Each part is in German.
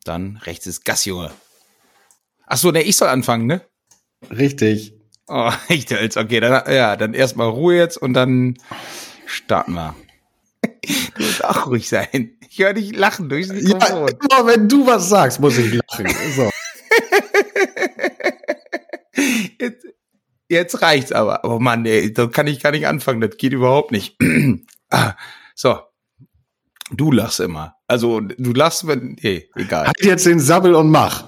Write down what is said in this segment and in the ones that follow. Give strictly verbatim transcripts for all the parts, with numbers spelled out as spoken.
Dann rechts ist Gasjunge. Ach so, ne, ich soll anfangen, ne? Richtig. Oh, echt jetzt. Okay, dann, ja, dann erstmal Ruhe jetzt und dann starten wir. Du musst auch ruhig sein. Ich höre dich lachen durchs Mikrofon. Ja, immer wenn du was sagst, muss ich lachen. So. Jetzt, jetzt reicht's aber. Oh Mann, ey, da kann ich gar nicht anfangen. Das geht überhaupt nicht. ah, so. Du lachst immer. Also, du lachst, wenn, nee, egal. Halt jetzt den Sabbel und mach.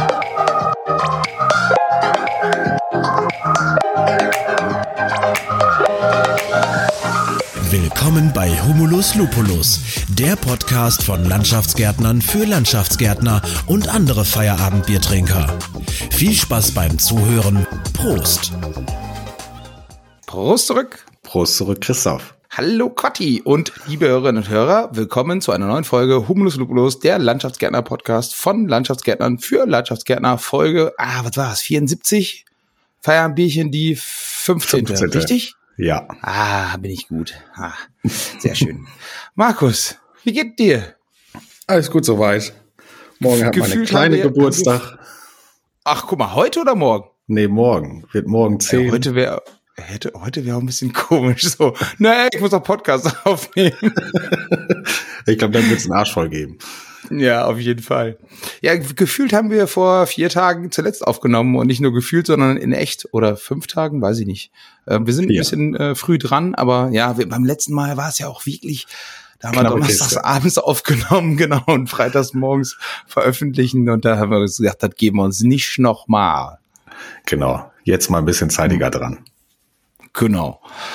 Willkommen bei Humulus Lupulus, der Podcast von Landschaftsgärtnern für Landschaftsgärtner und andere Feierabendbiertrinker. Viel Spaß beim Zuhören. Prost. Prost zurück. Prost zurück, Christoph. Hallo Kotti und liebe Hörerinnen und Hörer, willkommen zu einer neuen Folge Humulus Lupulus, der Landschaftsgärtner-Podcast von Landschaftsgärtnern für Landschaftsgärtner. Folge, ah, was war das, vierundsiebzig? Feierabendbierchen, die fünfzehnte. fünfzehnte. Richtig? Ja. Ah, bin ich gut. Ah, sehr schön. Markus, wie geht dir? Alles gut soweit. Morgen hat meine Kleine wir, Geburtstag. Ach, guck mal, heute oder morgen? Nee, morgen. Wird morgen zehn. Ja, heute wäre hätte heute wäre auch ein bisschen komisch so. Nee, ich muss auch Podcast aufnehmen. Ich glaube, dann wird es einen Arsch voll geben. Ja, auf jeden Fall. Ja, gefühlt haben wir vor vier Tagen zuletzt aufgenommen und nicht nur gefühlt, sondern in echt oder fünf Tagen, weiß ich nicht. Äh, wir sind ein ja. bisschen äh, früh dran, aber ja, wir, beim letzten Mal war es ja auch wirklich, da haben wir donnerstags abends aufgenommen, genau, und freitags morgens veröffentlichen und da haben wir uns gesagt, das geben wir uns nicht nochmal. Genau, jetzt mal ein bisschen zeitiger mhm. dran. Genau.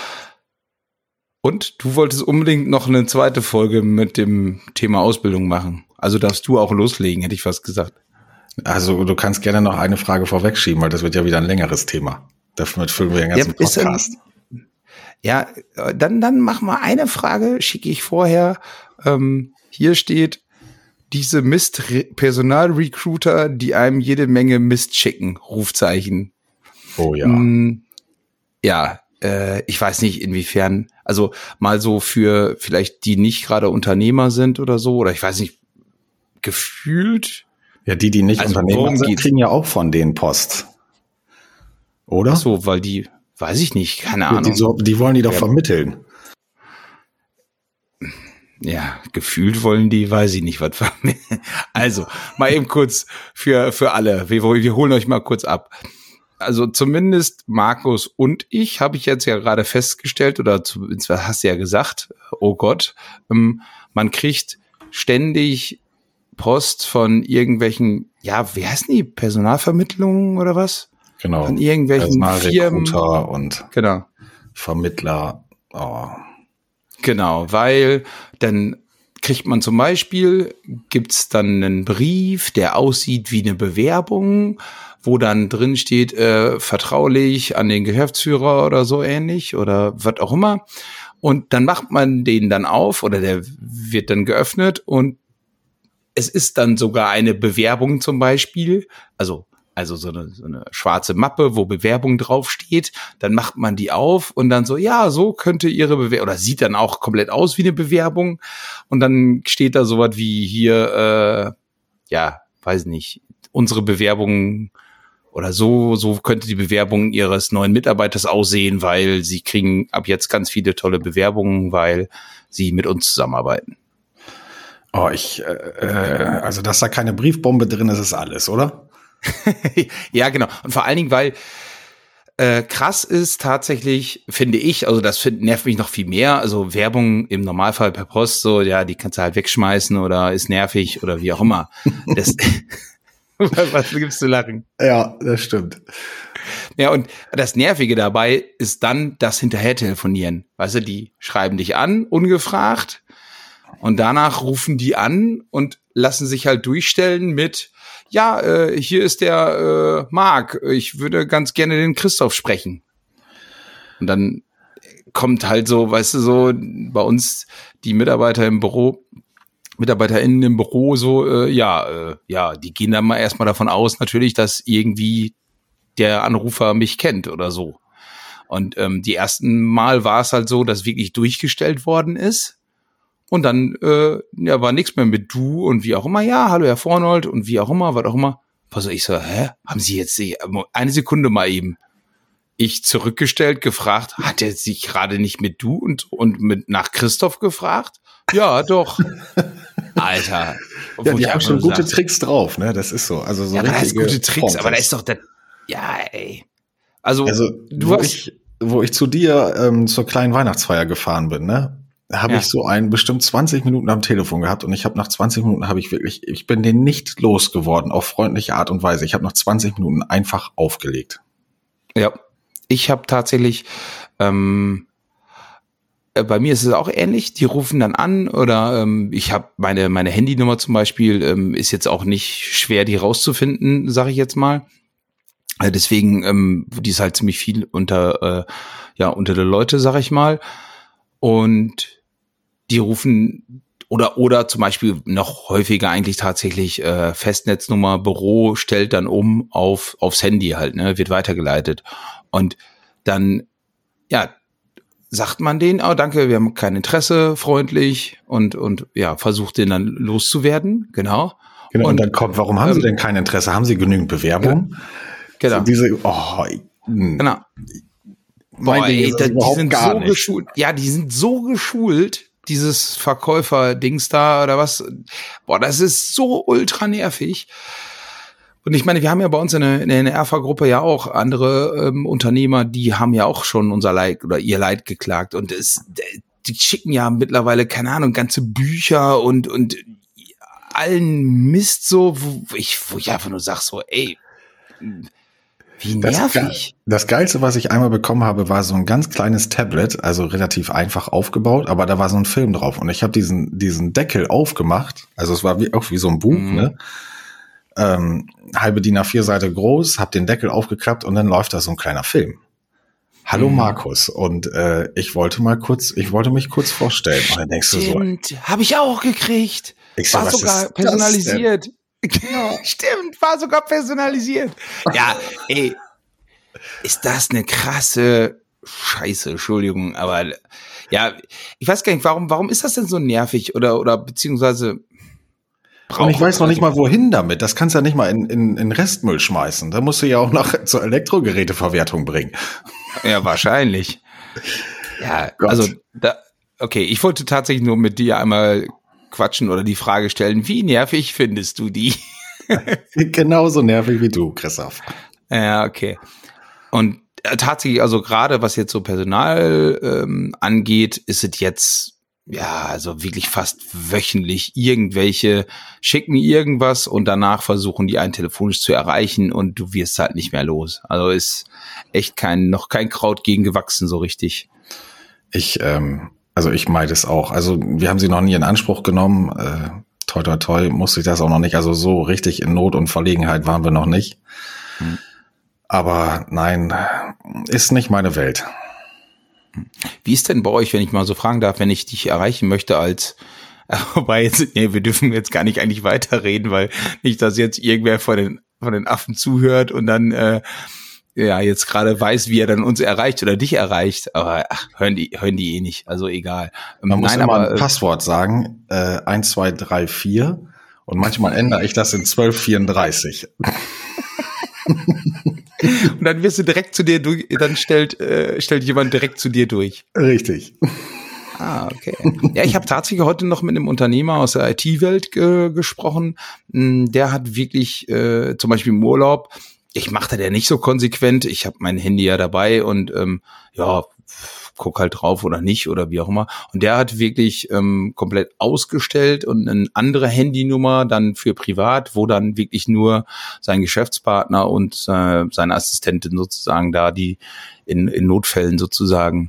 Und du wolltest unbedingt noch eine zweite Folge mit dem Thema Ausbildung machen. Also darfst du auch loslegen, hätte ich fast gesagt. Also du kannst gerne noch eine Frage vorwegschieben, weil das wird ja wieder ein längeres Thema. Damit füllen wir den ganzen ja, Podcast. Ein, ja, dann, dann machen wir eine Frage, schicke ich vorher. Ähm, hier steht, diese Mist-Personal-Recruiter, die einem jede Menge Mist schicken, Rufzeichen. Oh ja. Mm, ja, äh, ich weiß nicht, inwiefern, also mal so für vielleicht die nicht gerade Unternehmer sind oder so, oder ich weiß nicht, gefühlt. Ja, die, die nicht also Unternehmer sind, geht's? Kriegen ja auch von denen Post. Oder? Ach so, weil die, weiß ich nicht, keine ja, Ahnung. Die, so, die wollen die doch ja. vermitteln. Ja, gefühlt wollen die, weiß ich nicht, was vermitteln. Also, mal eben kurz für, für alle. Wir, wir holen euch mal kurz ab. Also zumindest Markus und ich, habe ich jetzt ja gerade festgestellt, oder zumindest hast du ja gesagt, oh Gott, ähm, man kriegt ständig Post von irgendwelchen, ja, wie heißen die, Personalvermittlungen oder was? Genau. Von irgendwelchen Firmen. Und genau. Vermittler. Oh. Genau, weil dann kriegt man zum Beispiel, gibt's dann einen Brief, der aussieht wie eine Bewerbung, wo dann drin steht, äh, vertraulich an den Geschäftsführer oder so ähnlich oder was auch immer. Und dann macht man den dann auf oder der wird dann geöffnet und es ist dann sogar eine Bewerbung zum Beispiel, also also so eine, so eine schwarze Mappe, wo Bewerbung draufsteht. Dann macht man die auf und dann so, ja, so könnte ihre Bewerbung, oder sieht dann auch komplett aus wie eine Bewerbung. Und dann steht da sowas wie hier, äh, ja, weiß nicht, unsere Bewerbung oder so, so könnte die Bewerbung ihres neuen Mitarbeiters aussehen, weil sie kriegen ab jetzt ganz viele tolle Bewerbungen, weil sie mit uns zusammenarbeiten. Oh, ich, äh, also dass da keine Briefbombe drin ist, ist alles, oder? Ja, genau. Und vor allen Dingen, weil äh, krass ist tatsächlich, finde ich, also das find, nervt mich noch viel mehr, also Werbung im Normalfall per Post, so, ja, die kannst du halt wegschmeißen oder ist nervig oder wie auch immer. Das Was gibt's zu lachen? Ja, das stimmt. Ja, und das Nervige dabei ist dann das Hinterher-Telefonieren. Weißt du, die schreiben dich an, ungefragt, und danach rufen die an und lassen sich halt durchstellen mit, ja, äh, hier ist der äh, Marc, ich würde ganz gerne den Christoph sprechen. Und dann kommt halt so, weißt du, so bei uns die Mitarbeiter im Büro, MitarbeiterInnen im Büro so, äh, ja, äh, ja, die gehen dann mal erstmal davon aus natürlich, dass irgendwie der Anrufer mich kennt oder so. Und ähm, die ersten Mal war es halt so, dass wirklich durchgestellt worden ist. Und dann äh, ja, war nichts mehr mit du und wie auch immer. Ja, hallo Herr Vornold und wie auch immer, was auch immer. Also ich so, hä? Haben Sie jetzt eine Sekunde mal eben? Ich zurückgestellt, gefragt, hat er sich gerade nicht mit du und, und mit nach Christoph gefragt? Ja, doch. Alter. Ja, die haben schon gute sagt, Tricks drauf, ne? Das ist so. Also so ja, richtige das ist gute Tricks, Frontes. Aber da ist doch der, ja, ey. Also, also du wo hast, ich, wo ich zu dir ähm, zur kleinen Weihnachtsfeier gefahren bin, ne? Habe ja. ich so einen bestimmt zwanzig Minuten am Telefon gehabt und ich habe nach zwanzig Minuten habe ich wirklich, ich bin den nicht losgeworden auf freundliche Art und Weise. Ich habe nach zwanzig Minuten einfach aufgelegt. Ja, ich habe tatsächlich, ähm, bei mir ist es auch ähnlich. Die rufen dann an oder ähm, ich habe meine meine Handynummer zum Beispiel, ähm, ist jetzt auch nicht schwer, die rauszufinden, sage ich jetzt mal. Äh, deswegen, ähm, die ist halt ziemlich viel unter, äh, ja unter der Leute, sage ich mal. Und die rufen oder oder zum Beispiel noch häufiger eigentlich tatsächlich äh, Festnetznummer, Büro stellt dann um auf aufs Handy halt, ne, wird weitergeleitet. Und dann, ja, sagt man denen, oh danke, wir haben kein Interesse, freundlich und und ja, versucht den dann loszuwerden, genau. Genau, und, und dann kommt, warum haben ähm, Sie denn kein Interesse? Haben Sie genügend Bewerbung? Genau. So diese, oh, genau. Boah, ey, da, die sind so nicht. geschult. Ja, die sind so geschult, dieses Verkäufer-Dings da oder was. Boah, das ist so ultra nervig. Und ich meine, wir haben ja bei uns in der, in der Erfa-Gruppe ja auch andere ähm, Unternehmer, die haben ja auch schon unser Leid oder ihr Leid geklagt. Und es, die schicken ja mittlerweile, keine Ahnung, ganze Bücher und und allen Mist so, wo ich, wo ich einfach nur sag so, ey, wie nervig. Das, das Geilste, was ich einmal bekommen habe, war so ein ganz kleines Tablet, also relativ einfach aufgebaut, aber da war so ein Film drauf und ich habe diesen diesen Deckel aufgemacht, also es war wie, auch wie so ein Buch, mhm. ne? Ähm, halbe D I N A vier Seite groß, hab den Deckel aufgeklappt und dann läuft da so ein kleiner Film. Hallo mhm. Markus und äh, ich wollte mal kurz, ich wollte mich kurz vorstellen. Und dann denkst Stimmt, du so, habe ich auch gekriegt. Ich so, war sogar personalisiert. Ja. Stimmt, war sogar personalisiert. Ja, ey, ist das eine krasse Scheiße, Entschuldigung, aber ja, ich weiß gar nicht, warum, warum ist das denn so nervig oder, oder beziehungsweise und ich weiß noch nicht mal, wohin damit. Das kannst du ja nicht mal in, in, in Restmüll schmeißen. Da musst du ja auch noch zur Elektrogeräteverwertung bringen. Ja, wahrscheinlich. Ja, Gott. also, da, okay, ich wollte tatsächlich nur mit dir einmal quatschen oder die Frage stellen, wie nervig findest du die? Genauso nervig wie du, Christoph. Ja, okay. Und tatsächlich, also gerade was jetzt so Personal ähm, angeht, ist es jetzt ja, also wirklich fast wöchentlich irgendwelche schicken irgendwas und danach versuchen die einen telefonisch zu erreichen und du wirst halt nicht mehr los. Also ist echt kein, noch kein Kraut gegen gewachsen so richtig. Ich, ähm, also ich meide es auch. Also wir haben sie noch nie in Anspruch genommen. Äh, toi, toi, toi, musste ich das auch noch nicht. Also so richtig in Not und Verlegenheit waren wir noch nicht. Hm. Aber nein, ist nicht meine Welt. Wie ist denn bei euch, wenn ich mal so fragen darf, wenn ich dich erreichen möchte als, äh, wobei jetzt, nee, wir dürfen jetzt gar nicht eigentlich weiterreden, weil nicht, dass jetzt irgendwer von den, von den Affen zuhört und dann, äh, ja, jetzt gerade weiß, wie er dann uns erreicht oder dich erreicht, aber ach, hören die, hören die eh nicht, also egal. Man Nein, muss immer aber, ein Passwort sagen, äh, eins, zwei, drei, vier und manchmal ändere ich das in zwölf vierunddreißig. Und dann wirst du direkt zu dir durch, dann stellt, äh, stellt jemand direkt zu dir durch. Richtig. Ah, okay. Ja, ich habe tatsächlich heute noch mit einem Unternehmer aus der I T-Welt äh, gesprochen. Der hat wirklich, äh, zum Beispiel im Urlaub, ich mache das ja nicht so konsequent, ich habe mein Handy ja dabei und ähm, ja, guck halt drauf oder nicht oder wie auch immer. Und der hat wirklich ähm, komplett ausgestellt und eine andere Handynummer dann für privat, wo dann wirklich nur sein Geschäftspartner und äh, seine Assistentin sozusagen da, die in, in Notfällen sozusagen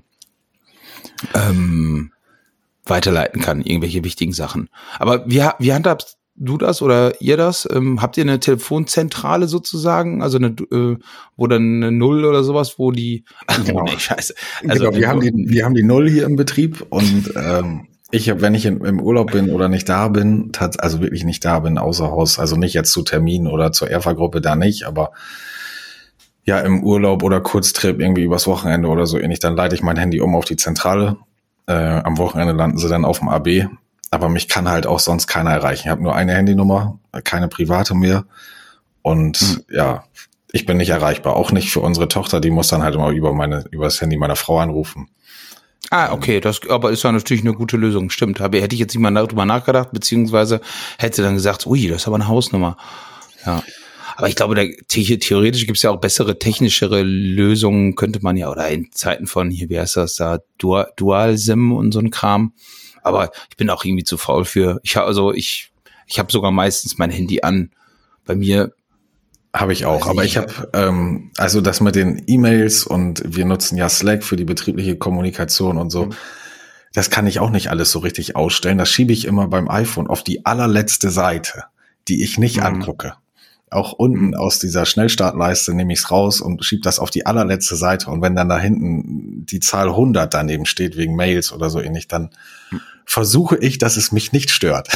ähm, weiterleiten kann, irgendwelche wichtigen Sachen. Aber wie, wie handhabst du das oder ihr das? Ähm, habt ihr eine Telefonzentrale sozusagen? Also eine, äh, wo dann eine Null oder sowas, wo die, ach, genau. nee, scheiße. Also genau, wir haben die, wir haben die Null hier im Betrieb und ähm, ich habe, wenn ich in, im Urlaub bin oder nicht da bin, tats- also wirklich nicht da bin, außer Haus, also nicht jetzt zu Terminen oder zur Erfa-Gruppe, da nicht, aber ja, im Urlaub oder Kurztrip irgendwie übers Wochenende oder so ähnlich, dann leite ich mein Handy um auf die Zentrale. Äh, am Wochenende landen sie dann auf dem A B. aber mich kann halt auch sonst keiner erreichen. Ich habe nur eine Handynummer, keine private mehr. Und mhm. ja, ich bin nicht erreichbar. Auch nicht für unsere Tochter, die muss dann halt immer über meine, über das Handy meiner Frau anrufen. Ah, okay, das aber ist ja natürlich eine gute Lösung, stimmt. Aber hätte ich jetzt nicht mal darüber nachgedacht, beziehungsweise hätte dann gesagt, ui, das ist aber eine Hausnummer. Ja. Aber ich glaube, da, theoretisch gibt es ja auch bessere, technischere Lösungen, könnte man ja, oder in Zeiten von, hier, wie heißt das da, Dual, Dual-SIM und so ein Kram. Aber ich bin auch irgendwie zu faul für, ich habe also, ich, ich habe sogar meistens mein Handy an. Bei mir habe ich auch, aber ich habe, ähm, also das mit den E-Mails und wir nutzen ja Slack für die betriebliche Kommunikation und so, mhm. das kann ich auch nicht alles so richtig ausstellen. Das schiebe ich immer beim iPhone auf die allerletzte Seite, die ich nicht mhm. angucke. Auch unten aus dieser Schnellstartleiste nehme ich es raus und schiebe das auf die allerletzte Seite. Und wenn dann da hinten die Zahl hundert daneben steht, wegen Mails oder so ähnlich, dann versuche ich, dass es mich nicht stört.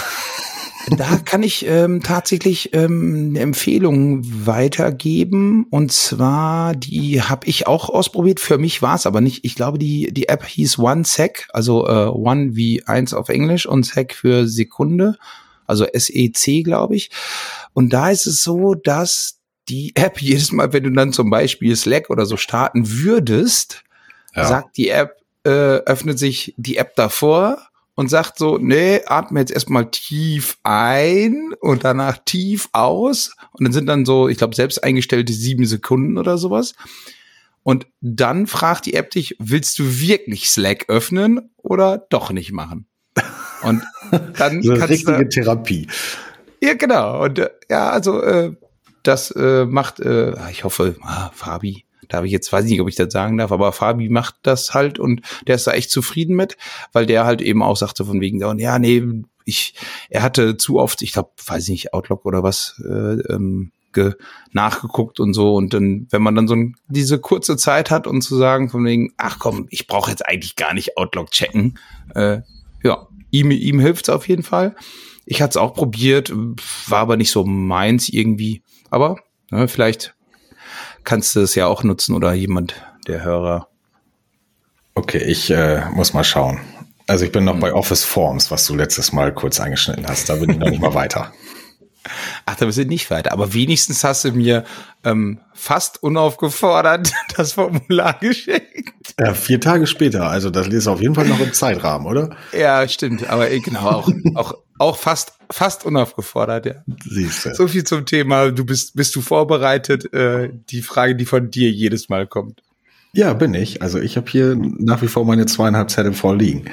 Da kann ich ähm, tatsächlich ähm, eine Empfehlung weitergeben. Und zwar, die habe ich auch ausprobiert. Für mich war es aber nicht. Ich glaube, die die App hieß OneSec, also äh, One wie eins auf Englisch und Sec für Sekunde, also S E C, glaube ich. Und da ist es so, dass die App jedes Mal, wenn du dann zum Beispiel Slack oder so starten würdest, ja. sagt die App, äh, öffnet sich die App davor und sagt so, nee, atme jetzt erstmal tief ein und danach tief aus. Und dann sind dann so, ich glaube, selbst eingestellte sieben Sekunden oder sowas. Und dann fragt die App dich, willst du wirklich Slack öffnen oder doch nicht machen? Und dann so kannst richtige du, Therapie. Ja, genau. Und äh, ja, also äh, das äh, macht, äh, ich hoffe, ah, Fabi, da habe ich jetzt, weiß nicht, ob ich das sagen darf, aber Fabi macht das halt und der ist da echt zufrieden mit, weil der halt eben auch sagte von wegen, ja, nee, ich, er hatte zu oft, ich glaube, weiß nicht, Outlook oder was, äh, ähm, ge, nachgeguckt und so und dann, wenn man dann so ein, diese kurze Zeit hat und zu sagen von wegen, ach komm, ich brauche jetzt eigentlich gar nicht Outlook checken, äh, ja, ihm, ihm hilft's auf jeden Fall. Ich hatte es auch probiert, war aber nicht so meins irgendwie. Aber ne, vielleicht kannst du es ja auch nutzen oder jemand, der Hörer. Okay, ich äh, muss mal schauen. Also ich bin noch mhm. bei Office Forms, was du letztes Mal kurz angeschnitten hast. Da bin ich noch nicht mal weiter. Ach, da bist du nicht weiter. Aber wenigstens hast du mir ähm, fast unaufgefordert das Formular geschickt. Ja, vier Tage später. Also das ist auf jeden Fall noch im Zeitrahmen, oder? Ja, stimmt. Aber genau, auch, auch, auch fast, fast unaufgefordert. Ja. Siehst du. So viel zum Thema. Du bist, bist du vorbereitet? Äh, die Frage, die von dir jedes Mal kommt. Ja, bin ich. Also ich habe hier nach wie vor meine zweieinhalb Zettel voll liegen.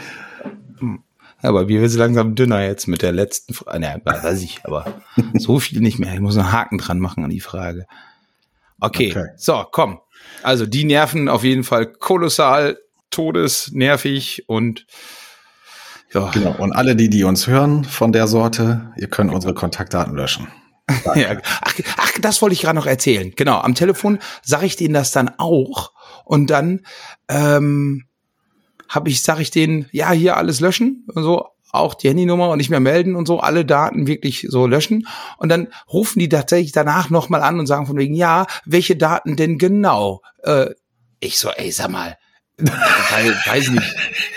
Aber wir werden langsam dünner jetzt mit der letzten Frage. Naja, weiß ich, aber so viel nicht mehr. Ich muss einen Haken dran machen an die Frage. Okay, okay. So, komm. Also die nerven auf jeden Fall kolossal, todesnervig und ja. Genau, und alle die, die uns hören von der Sorte, ihr könnt unsere Kontaktdaten löschen. Ja. Ach, ach, das wollte ich gerade noch erzählen. Genau, am Telefon sage ich denen das dann auch und dann ähm, habe ich, sage ich denen, ja, hier alles löschen und so, auch die Handynummer und nicht mehr melden und so, alle Daten wirklich so löschen. Und dann rufen die tatsächlich danach nochmal an und sagen von wegen, ja, welche Daten denn genau? Äh, ich so, ey, sag mal, weil, weiß nicht,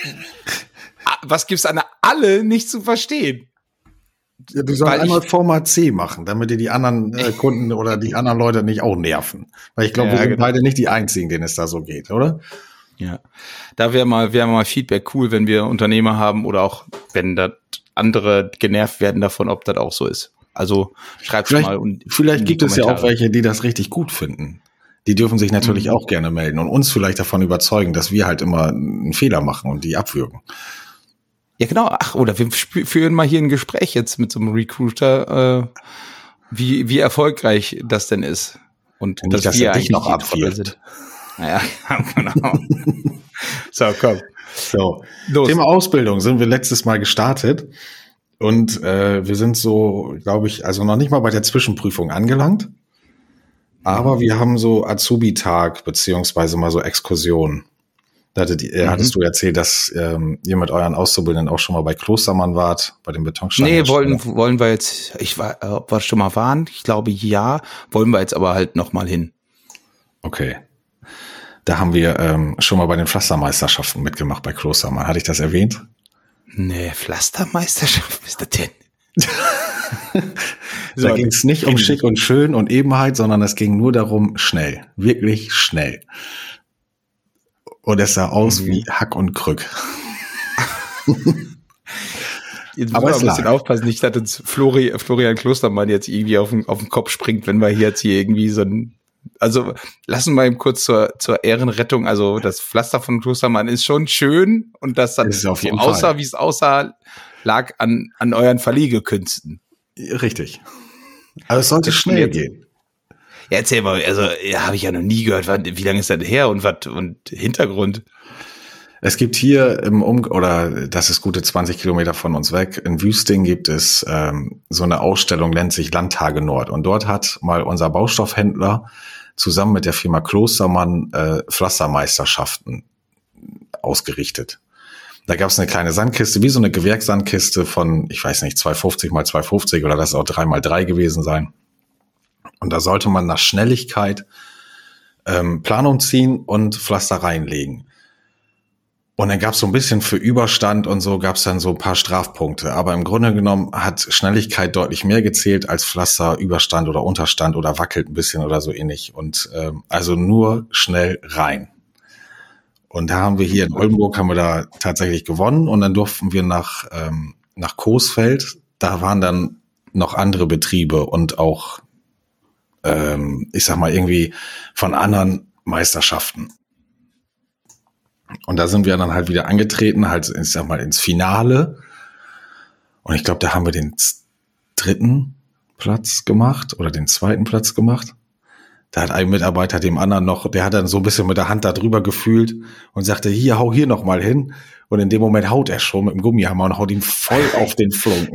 was gibt's an alle nicht zu verstehen? Ja, du sollst einmal Format C machen, damit dir die anderen äh, Kunden oder die anderen Leute nicht auch nerven. Weil ich glaube, ja, wir sind genau. beide nicht die Einzigen, denen es da so geht, oder? Ja, da wäre mal, wäre mal Feedback cool, wenn wir Unternehmer haben oder auch, wenn da andere genervt werden davon, ob das auch so ist. Also schreibt mal. Und vielleicht gibt es ja auch welche, die das richtig gut finden. Die dürfen sich natürlich mhm. auch gerne melden und uns vielleicht davon überzeugen, dass wir halt immer einen Fehler machen und die abwürgen. Ja, genau. Ach, oder wir führen mal hier ein Gespräch jetzt mit so einem Recruiter, äh, wie, wie erfolgreich das denn ist. Und dass das wir eigentlich noch abwürgen sind. Naja, genau. So, komm. So, los. Thema Ausbildung sind wir letztes Mal gestartet und äh, wir sind so, glaube ich, also noch nicht mal bei der Zwischenprüfung angelangt, aber wir haben so Azubi-Tag beziehungsweise mal so Exkursionen. Da hattet, äh, mhm. hattest du erzählt, dass ähm, ihr mit euren Auszubildenden auch schon mal bei Klostermann wart, bei dem Betonstein. Nee, wollen, wollen wir jetzt, ich war, ob wir schon mal waren, ich glaube ja, wollen wir jetzt aber halt noch mal hin. Okay. Da haben wir ähm, schon mal bei den Pflastermeisterschaften mitgemacht bei Klostermann. Hatte ich das erwähnt? Nee, Pflastermeisterschaft, was ist das denn? Da so, ging es nicht um schick und schön und Ebenheit, sondern es ging nur darum, schnell. Wirklich schnell. Und es sah aus mhm. wie Hack und Krück. Jetzt müssen wir ein bisschen aufpassen, nicht, dass uns Flori, Florian Klostermann jetzt irgendwie auf den, auf den Kopf springt, wenn wir hier jetzt hier irgendwie so ein, also lassen wir ihm kurz zur, zur Ehrenrettung, also das Pflaster von Klostermann ist schon schön und das dann so aussah, wie es aussah, lag an, an euren Verlegekünsten. Richtig. Aber es sollte schnell jetzt gehen. Ja, erzähl mal, also ja, habe ich ja noch nie gehört, wie lange ist das her und was und Hintergrund? Es gibt hier im Um oder das ist gute zwanzig Kilometer von uns weg, in Wüsting gibt es ähm, so eine Ausstellung, nennt sich Landtage Nord. Und dort hat mal unser Baustoffhändler zusammen mit der Firma Klostermann äh, Pflastermeisterschaften ausgerichtet. Da gab es eine kleine Sandkiste, wie so eine Gewerkssandkiste von, ich weiß nicht, zweihundertfünfzig mal zweihundertfünfzig oder das ist auch drei mal drei gewesen sein. Und da sollte man nach Schnelligkeit ähm, Planung ziehen und Pflaster reinlegen. Und dann gab es so ein bisschen für Überstand und so gab es dann so ein paar Strafpunkte. Aber im Grunde genommen hat Schnelligkeit deutlich mehr gezählt als Pflaster, Überstand oder Unterstand oder wackelt ein bisschen oder so ähnlich. Und ähm, also nur schnell rein. Und da haben wir hier in Oldenburg, haben wir da tatsächlich gewonnen. Und dann durften wir nach, ähm, nach Coesfeld. Da waren dann noch andere Betriebe und auch, ähm, ich sag mal, irgendwie von anderen Meisterschaften. Und da sind wir dann halt wieder angetreten, halt, ich sag mal, ins Finale. Und ich glaube, da haben wir den dritten Platz gemacht oder den zweiten Platz gemacht. Da hat ein Mitarbeiter dem anderen noch, der hat dann so ein bisschen mit der Hand da drüber gefühlt und sagte, hier, hau hier noch mal hin. Und in dem Moment haut er schon mit dem Gummihammer und haut ihm voll auf den Flunken.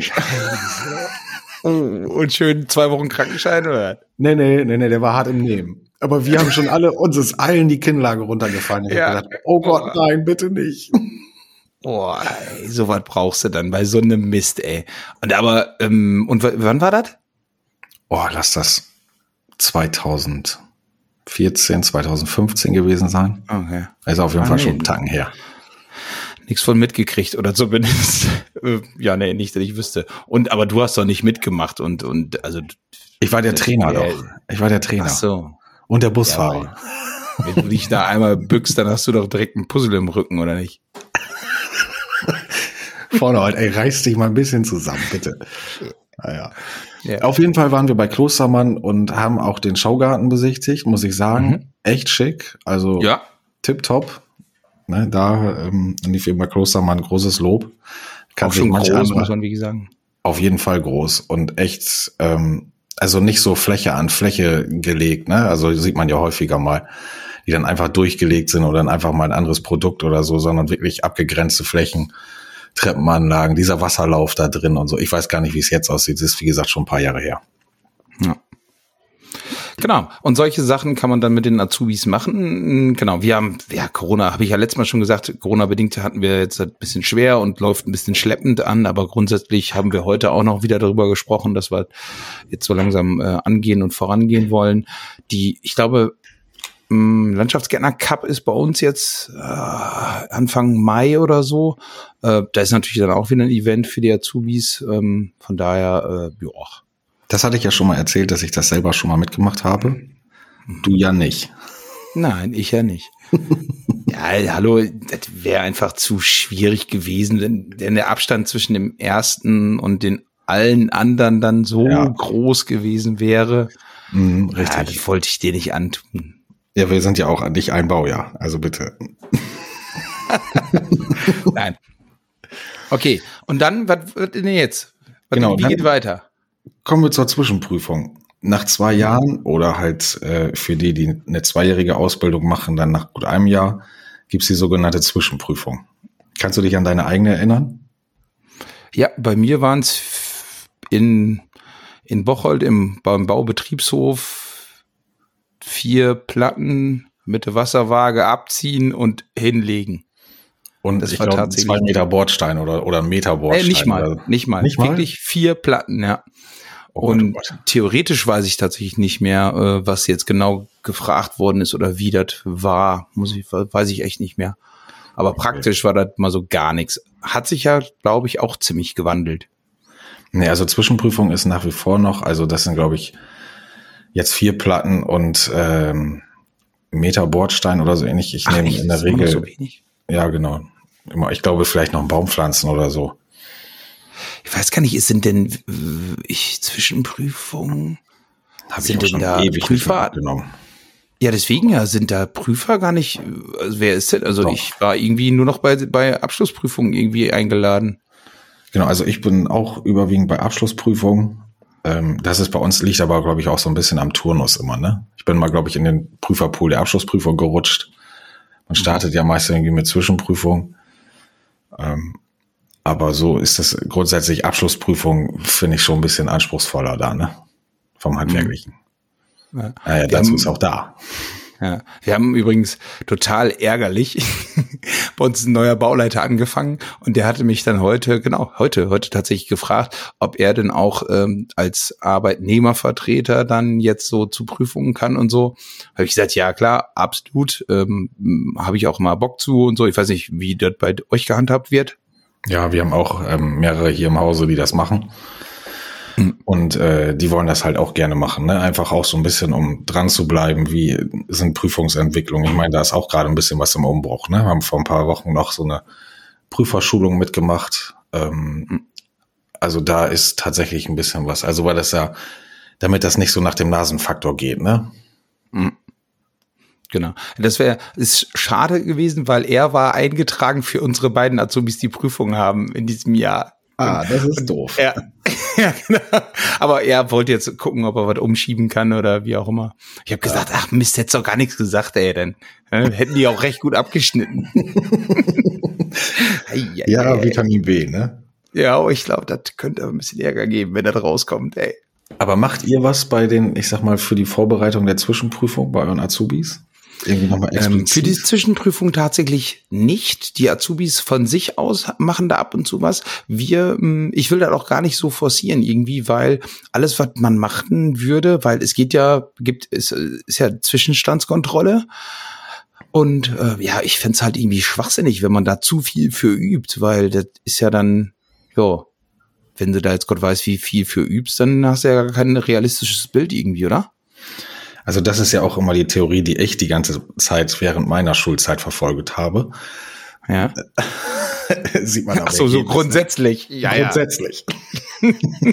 Und schön zwei Wochen Krankenschein, oder? Nee, nee, nee, nee, der war hart im Nehmen. Aber wir haben schon alle, uns ist allen die Kinnlage runtergefallen. Ich ja. habe gedacht, oh Gott, oh. nein, bitte nicht. Boah, ey, so was brauchst du dann bei so einem Mist, ey. Und aber, ähm, und w- wann war das? Oh, lass das zweitausendvierzehn, zweitausendfünfzehn gewesen sein. Okay. Ist auf jeden ah, Fall nee. schon einen Tacken her. Nichts von mitgekriegt oder zumindest, ja, nee, nicht, dass ich wüsste. Und, aber du hast doch nicht mitgemacht und, und, also. Ich war der Trainer äh, doch. Ich war der Trainer. Ach so. Und der Busfahrer. Ja, wenn du dich da einmal bückst, dann hast du doch direkt ein Puzzle im Rücken, oder nicht? Vorne halt, ey, reiß dich mal ein bisschen zusammen, bitte. Naja. Ja. Auf jeden Fall waren wir bei Klostermann und haben auch den Schaugarten besichtigt, muss ich sagen. Mhm. Echt schick. Also ja. tipptopp. Ne, da ähm, an die Firma Klostermann großes Lob. Kann auch schon groß, andere, muss man wie sagen. Auf jeden Fall groß und echt, ähm, also nicht so Fläche an Fläche gelegt, ne? Also sieht man ja häufiger mal, die dann einfach durchgelegt sind oder dann einfach mal ein anderes Produkt oder so, sondern wirklich abgegrenzte Flächen, Treppenanlagen, dieser Wasserlauf da drin und so. Ich weiß gar nicht, wie es jetzt aussieht. Das ist, wie gesagt, schon ein paar Jahre her. Ja. Genau. Und solche Sachen kann man dann mit den Azubis machen. Genau. Wir haben, ja, Corona, habe ich ja letztes Mal schon gesagt, Corona-bedingt hatten wir jetzt ein bisschen schwer und läuft ein bisschen schleppend an, aber grundsätzlich haben wir heute auch noch wieder darüber gesprochen, dass wir jetzt so langsam äh, angehen und vorangehen wollen. Die, ich glaube, Landschaftsgärtner Cup ist bei uns jetzt äh, Anfang Mai oder so. Äh, da ist natürlich dann auch wieder ein Event für die Azubis. Ähm, von daher, äh, ja. Das hatte ich ja schon mal erzählt, dass ich das selber schon mal mitgemacht habe. Du ja nicht. Nein, ich ja nicht. Ja, hallo, das wäre einfach zu schwierig gewesen, denn, denn der Abstand zwischen dem ersten und den allen anderen dann so ja. groß gewesen wäre. Mhm, richtig. Ja, das wollte ich dir nicht antun. Ja, wir sind ja auch nicht ein Baujahr, also bitte. Nein. Okay, und dann, was wird denn jetzt? Was, genau, wie geht weiter? Kommen wir zur Zwischenprüfung. Nach zwei Jahren oder halt äh, für die, die eine zweijährige Ausbildung machen, dann nach gut einem Jahr gibt's die sogenannte Zwischenprüfung. Kannst du dich an deine eigene erinnern? Ja, bei mir waren es in, in Bocholt im, beim Baubetriebshof vier Platten mit der Wasserwaage abziehen und hinlegen. Und das ich war glaub, tatsächlich zwei Meter Bordstein oder, oder ein Meter Bordstein. Äh, nicht mal, oder? nicht mal. Nicht Wirklich mal? vier Platten, ja. Oh und Gott, oh Gott. Theoretisch weiß ich tatsächlich nicht mehr, was jetzt genau gefragt worden ist oder wie das war. Muss ich, weiß ich echt nicht mehr. Aber okay. Praktisch war das mal so gar nichts. Hat sich ja, glaube ich, auch ziemlich gewandelt. Nee, also Zwischenprüfung ist nach wie vor noch, also das sind, glaube ich, jetzt vier Platten und ähm, Meter Bordstein oder so ähnlich. Ich nehme in der Regel. So wenig? Ja, genau. Immer, ich glaube, vielleicht noch einen Baum pflanzen oder so. Ich weiß gar nicht, sind denn ich Zwischenprüfungen? Hab sind ich denn da Prüfer genommen? Ja, deswegen ja, sind da Prüfer gar nicht, also wer ist denn? Also Doch. Ich war irgendwie nur noch bei, bei Abschlussprüfungen irgendwie eingeladen. Genau, also ich bin auch überwiegend bei Abschlussprüfungen. Ähm, das ist bei uns, liegt aber, glaube ich, auch so ein bisschen am Turnus immer, ne? Ich bin mal, glaube ich, in den Prüferpool der Abschlussprüfung gerutscht. Man startet ja meist irgendwie mit Zwischenprüfung. Ähm, aber so ist das grundsätzlich Abschlussprüfung, finde ich schon ein bisschen anspruchsvoller da, ne? Vom Handwerklichen. Ja. Naja, dazu haben, ist auch da. Ja, wir haben übrigens total ärgerlich bei uns ein neuer Bauleiter angefangen und der hatte mich dann heute, genau, heute, heute tatsächlich gefragt, ob er denn auch ähm, als Arbeitnehmervertreter dann jetzt so zu Prüfungen kann und so. Habe ich gesagt, ja klar, absolut, ähm, habe ich auch mal Bock zu und so. Ich weiß nicht, wie das bei euch gehandhabt wird. Ja, wir haben auch ähm, mehrere hier im Hause, die das machen. Und äh, die wollen das halt auch gerne machen, ne? Einfach auch so ein bisschen, um dran zu bleiben, wie sind Prüfungsentwicklungen. Ich meine, da ist auch gerade ein bisschen was im Umbruch, ne? Wir haben vor ein paar Wochen noch so eine Prüferschulung mitgemacht. Ähm, also da ist tatsächlich ein bisschen was. Also weil das ja, damit das nicht so nach dem Nasenfaktor geht, ne? Genau. Das wäre, ist schade gewesen, weil er war eingetragen für unsere beiden Azubis, die Prüfungen haben in diesem Jahr. Ah, das ist doof. Ja, ja, genau. Aber er wollte jetzt gucken, ob er was umschieben kann oder wie auch immer. Ich habe gesagt, ach Mist, hättest doch gar nichts gesagt, ey, denn hätten die auch recht gut abgeschnitten. Ja, Vitamin B, ne? Ja, aber ich glaube, das könnte ein bisschen Ärger geben, wenn das rauskommt, ey. Aber macht ihr was bei den, ich sag mal, für die Vorbereitung der Zwischenprüfung bei euren Azubis? Irgendwie nochmal explizit? Ähm, für die Zwischenprüfung tatsächlich nicht. Die Azubis von sich aus machen da ab und zu was. Wir, ich will das auch gar nicht so forcieren irgendwie, weil alles, was man machen würde, weil es geht ja, gibt, ist, ist ja Zwischenstandskontrolle. Und äh, ja, ich fänd's halt irgendwie schwachsinnig, wenn man da zu viel für übt, weil das ist ja dann, ja, wenn du da jetzt Gott weiß, wie viel für übst, dann hast du ja gar kein realistisches Bild irgendwie, oder? Also das ist ja auch immer die Theorie, die ich die ganze Zeit während meiner Schulzeit verfolgt habe. Ja. Sieht man aber. Ach so, so grundsätzlich. Ja, grundsätzlich. Ja.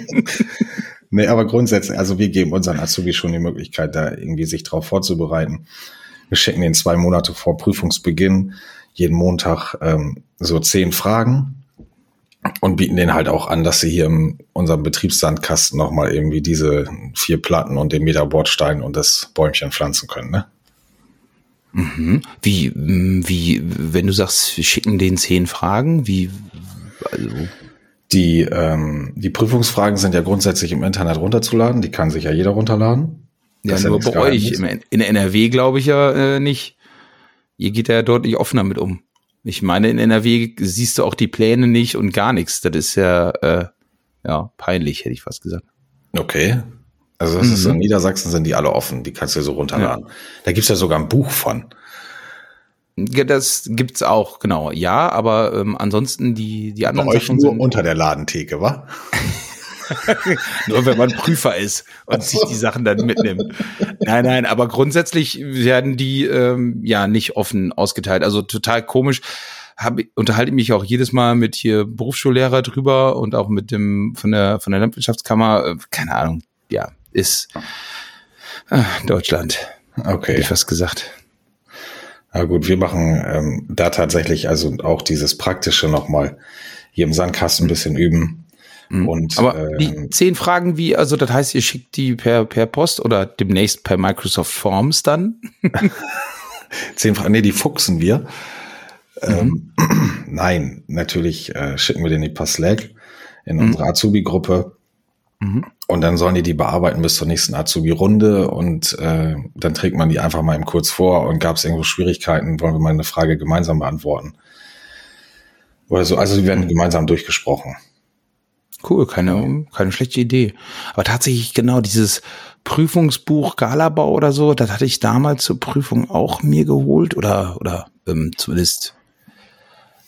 Nee, aber grundsätzlich, also wir geben unseren Azubi schon die Möglichkeit, da irgendwie sich drauf vorzubereiten. Wir schicken den zwei Monate vor Prüfungsbeginn jeden Montag ähm, so zehn Fragen. Und bieten denen halt auch an, dass sie hier in unserem Betriebssandkasten nochmal irgendwie diese vier Platten und den Meter Bordstein und das Bäumchen pflanzen können, ne? Mhm. Wie, wie, wenn du sagst, wir schicken denen zehn Fragen, wie, also? Die, ähm, die Prüfungsfragen sind ja grundsätzlich im Internet runterzuladen, die kann sich ja jeder runterladen. Ja, nur bei euch, in N R W glaube ich ja äh, nicht. Ihr geht ja deutlich offener mit um. Ich meine, in N R W siehst du auch die Pläne nicht und gar nichts. Das ist ja, äh, ja, peinlich, hätte ich fast gesagt. Okay. Also das mhm. ist in Niedersachsen sind die alle offen. Die kannst du so runterladen. Ja. Da gibt's ja sogar ein Buch von. Ja, das gibt's auch, genau. Ja, aber ähm, ansonsten die, die anderen Bei euch Sachen nur sind unter der Ladentheke, wa? Nur wenn man Prüfer ist und sich die Sachen dann mitnimmt. Nein, nein, aber grundsätzlich werden die ähm, ja nicht offen ausgeteilt. Also total komisch. Hab, unterhalte mich auch jedes Mal mit hier Berufsschullehrer drüber und auch mit dem von der von der Landwirtschaftskammer. Äh, keine Ahnung. Ja, ist äh, Deutschland. Okay. Hätte ich fast gesagt. Na gut, wir machen ähm, da tatsächlich also auch dieses Praktische nochmal hier im Sandkasten ein bisschen üben. Und, aber äh, die zehn Fragen, wie, also das heißt, ihr schickt die per per Post oder demnächst per Microsoft Forms dann? Zehn Fragen, nee, die fuchsen wir. Mhm. Ähm, nein, natürlich äh, schicken wir denen die per Slack in mhm. unsere Azubi-Gruppe mhm. und dann sollen die die bearbeiten bis zur nächsten Azubi-Runde und äh, dann trägt man die einfach mal eben kurz vor und gab es irgendwo Schwierigkeiten, wollen wir mal eine Frage gemeinsam beantworten. Oder so, also die werden gemeinsam durchgesprochen. Cool, keine, keine schlechte Idee. Aber tatsächlich genau dieses Prüfungsbuch Galabau oder so, das hatte ich damals zur Prüfung auch mir geholt oder oder ähm, zumindest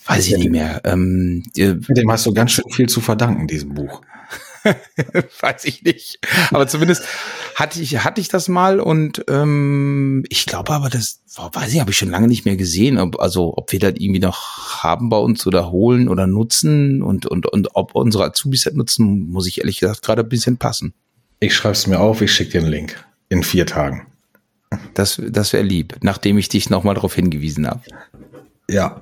weiß ich nicht mehr. Ähm, Dem hast du ganz schön viel zu verdanken, diesem Buch. Weiß ich nicht. Aber zumindest hatte ich, hatte ich das mal und ähm, ich glaube aber, das boah, weiß ich, habe ich schon lange nicht mehr gesehen. Ob, also ob wir das irgendwie noch haben bei uns oder holen oder nutzen und, und, und ob unsere Azubis das nutzen, muss ich ehrlich gesagt gerade ein bisschen passen. Ich schreibe es mir auf, ich schicke dir einen Link. In vier Tagen. Das, das wäre lieb, nachdem ich dich nochmal darauf hingewiesen habe. Ja.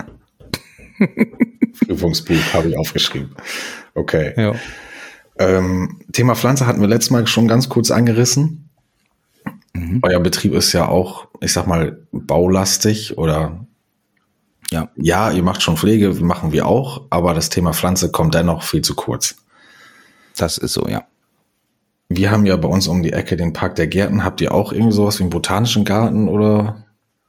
Prüfungsbuch habe ich aufgeschrieben. Okay. Ja. Ähm, Thema Pflanze hatten wir letztes Mal schon ganz kurz angerissen. Mhm. Euer Betrieb ist ja auch, ich sag mal, baulastig oder ja, ja, ihr macht schon Pflege, machen wir auch, aber das Thema Pflanze kommt dennoch viel zu kurz. Das ist so, ja. Wir haben ja bei uns um die Ecke den Park der Gärten. Habt ihr auch irgendwie sowas wie einen botanischen Garten oder?